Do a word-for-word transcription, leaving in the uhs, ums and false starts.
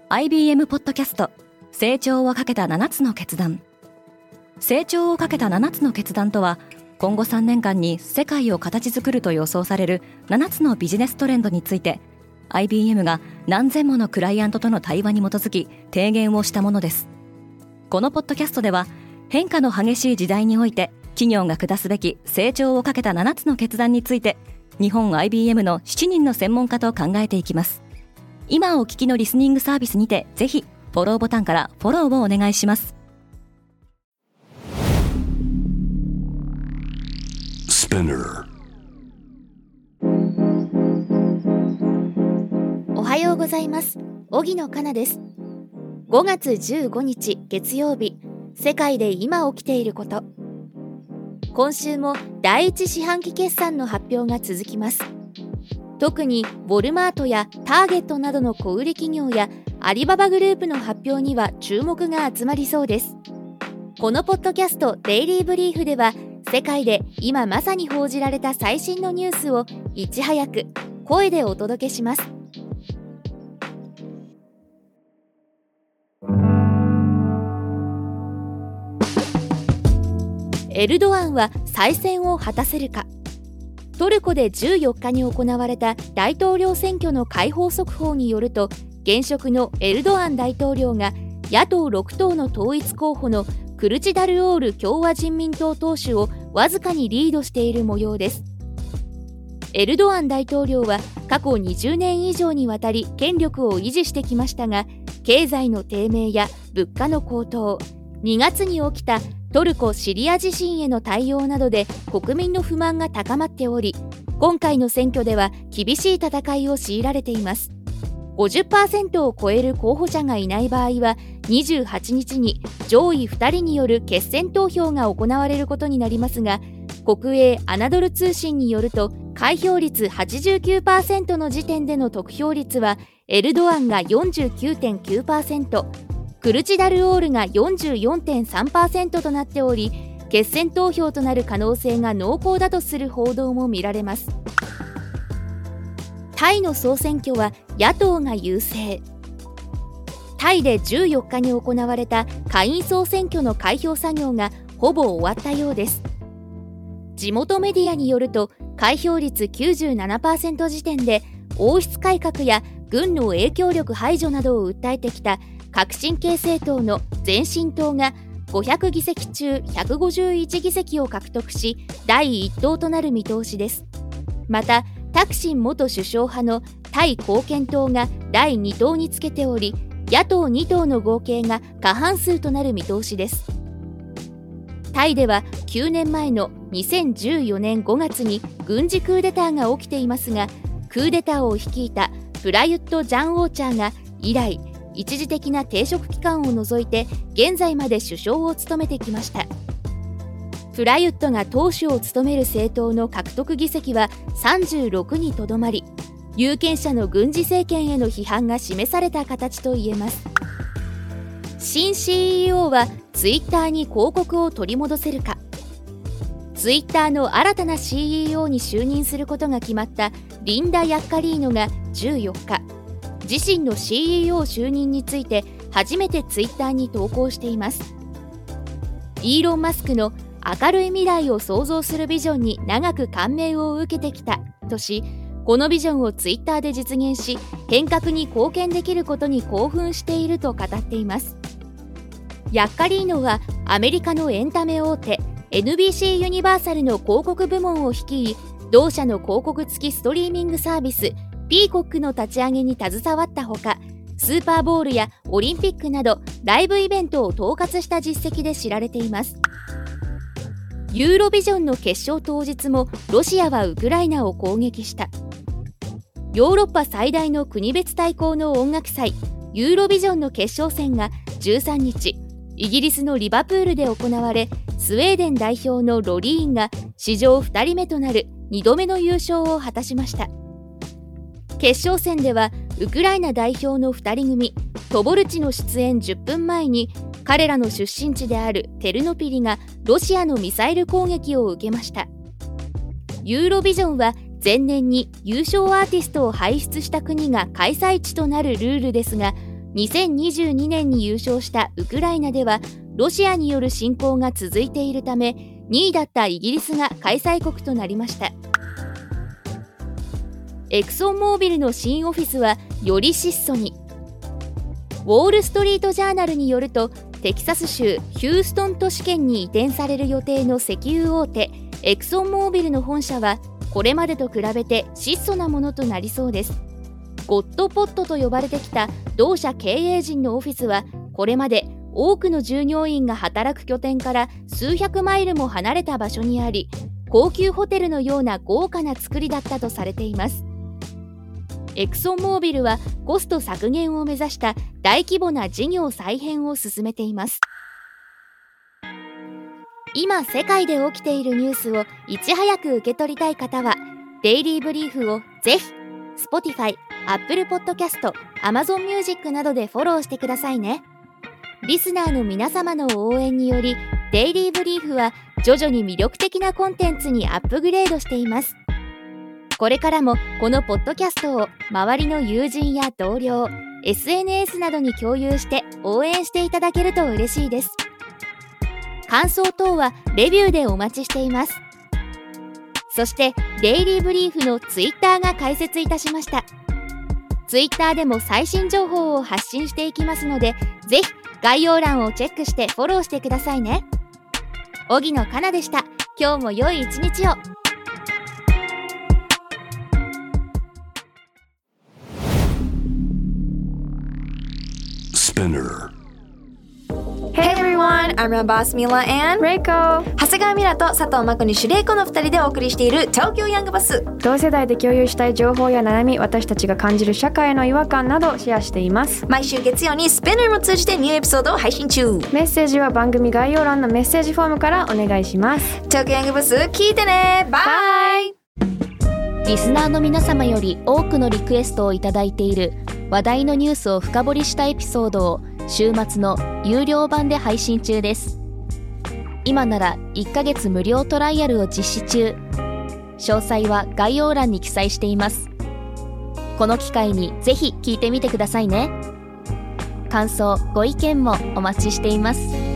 アイビーエム ポッドキャスト成長をかけたななつの決断。成長をかけたななつの決断とは、今後さんねんかんに世界を形作ると予想されるななつのビジネストレンドについて アイビーエム が何千ものクライアントとの対話に基づき提言をしたものです。このポッドキャストでは、変化の激しい時代において企業が下すべき成長をかけたななつの決断について、日本 アイビーエム のしちにんの専門家と考えていきます。今お聞きのリスニングサービスにて、ぜひフォローボタンからフォローをお願いします。 おはようございます。荻野かなです。ごがつじゅうごにち月曜日、世界で今起きていること。今週も第一四半期決算の発表が続きます。特にウォルマートやターゲットなどの小売企業やアリババグループの発表には注目が集まりそうです。このポッドキャストデイリーブリーフでは、世界で今まさに報じられた最新のニュースをいち早く声でお届けします。エルドアンは再選を果たせるか。トルコでじゅうよっかに行われた大統領選挙の開票速報によると、現職のエルドアン大統領が野党ろくとうの統一候補のクルチダルオール共和人民党党首をわずかにリードしている模様です。エルドアン大統領は過去にじゅうねん以上にわたり権力を維持してきましたが、経済の低迷や物価の高騰、にがつに起きたトルコ・シリア地震への対応などで国民の不満が高まっており、今回の選挙では厳しい戦いを強いられています。ごじゅっパーセント を超える候補者がいない場合は、にじゅうはちにちに上位ふたりによる決選投票が行われることになりますが、国営アナドル通信によると、開票率 はちじゅうきゅうパーセント の時点での得票率はエルドアンが よんじゅうきゅうてんきゅうパーセント、クルチダルオールが よんじゅうよんてんさんパーセント となっており、決選投票となる可能性が濃厚だとする報道も見られます。タイの総選挙は野党が優勢。タイでじゅうよっかに行われた下院総選挙の開票作業がほぼ終わったようです。地元メディアによると、開票率 きゅうじゅうななパーセント 時点で王室改革や軍の影響力排除などを訴えてきた革新系政党の前進党がごひゃくぎせき中ひゃくごじゅういちぎせきを獲得し、だいいっ党となる見通しです。また、タクシン元首相派のタイ貢献党がだいに党につけており、野党に党の合計が過半数となる見通しです。タイではきゅうねんまえのにせんじゅうよねんごがつに軍事クーデターが起きていますが、クーデターを率いたプラユット・ジャン・オーチャーが以来、一時的な停職期間を除いて現在まで首相を務めてきました。プラユットが党首を務める政党の獲得議席はさんじゅうろくにとどまり、有権者の軍事政権への批判が示された形といえます。新 シーイーオー はツイッターに広告を取り戻せるか。ツイッターの新たな シーイーオー に就任することが決まったリンダ・ヤッカリーノがじゅうよっか、自身の シーイーオー 就任について初めてツイッターに投稿しています。イーロン・マスクの明るい未来を創造するビジョンに長く感銘を受けてきたとし、このビジョンをツイッターで実現し、変革に貢献できることに興奮していると語っています。ヤッカリーノはアメリカのエンタメ大手 エヌビーシー ユニバーサルの広告部門を率い、同社の広告付きストリーミングサービスピーコックの立ち上げに携わったほか、スーパーボウルやオリンピックなどライブイベントを統括した実績で知られています。ユーロビジョンの決勝当日もロシアはウクライナを攻撃した。ヨーロッパ最大の国別対抗の音楽祭ユーロビジョンの決勝戦がじゅうさんにち、イギリスのリバプールで行われ、スウェーデン代表のロリーンが史上ふたりめとなるにどめの優勝を果たしました。決勝戦ではウクライナ代表のふたり組トボルチの出演じゅっぷんまえに、彼らの出身地であるテルノピリがロシアのミサイル攻撃を受けました。ユーロビジョンは前年に優勝アーティストを輩出した国が開催地となるルールですが、 にせんにじゅうにねんに優勝したウクライナではロシアによる侵攻が続いているため、にいだったイギリスが開催国となりました。エクソンモービルの新オフィスはより質素に。ウォールストリートジャーナルによると、テキサス州ヒューストン都市圏に移転される予定の石油大手エクソンモービルの本社はこれまでと比べて質素なものとなりそうです。ゴッドポットと呼ばれてきた同社経営陣のオフィスはこれまで多くの従業員が働く拠点から数百マイルも離れた場所にあり、高級ホテルのような豪華な作りだったとされています。エクソンモービルはコスト削減を目指した大規模な事業再編を進めています。今世界で起きているニュースをいち早く受け取りたい方はデイリーブリーフをぜひ Spotify、Apple Podcast、Amazon Music などでフォローしてくださいね。リスナーの皆様の応援によりデイリーブリーフは徐々に魅力的なコンテンツにアップグレードしています。これからもこのポッドキャストを周りの友人や同僚、エスエヌエス などに共有して応援していただけると嬉しいです。感想等はレビューでお待ちしています。そしてデイリーブリーフのツイッターが開設いたしました。ツイッターでも最新情報を発信していきますので、ぜひ概要欄をチェックしてフォローしてくださいね。荻野かなでした。今日も良い一日を。 Spinner. Hey everyone, I'm your boss Mila and Reiko。 長谷川ミラと佐藤真子にシュレイコのふたりでお送りしている東京ヤングバス。 同世代で共有したい情報や悩み、私たちが感じる社会の違和感などシェアしています。 毎週月曜にスピナーも通じてニューエピソードを配信中。 メッセージは番組概要欄のメッセージフォームからお願いします。 東京ヤングバス聞いてね。バイ。 リスナーの皆様より多くのリクエストをいただいている話題のニュースを深掘りしたエピソードを週末の有料版で配信中です。今ならいっかげつ無料トライアルを実施中。詳細は概要欄に記載しています。この機会にぜひ聞いてみてくださいね。感想、ご意見もお待ちしています。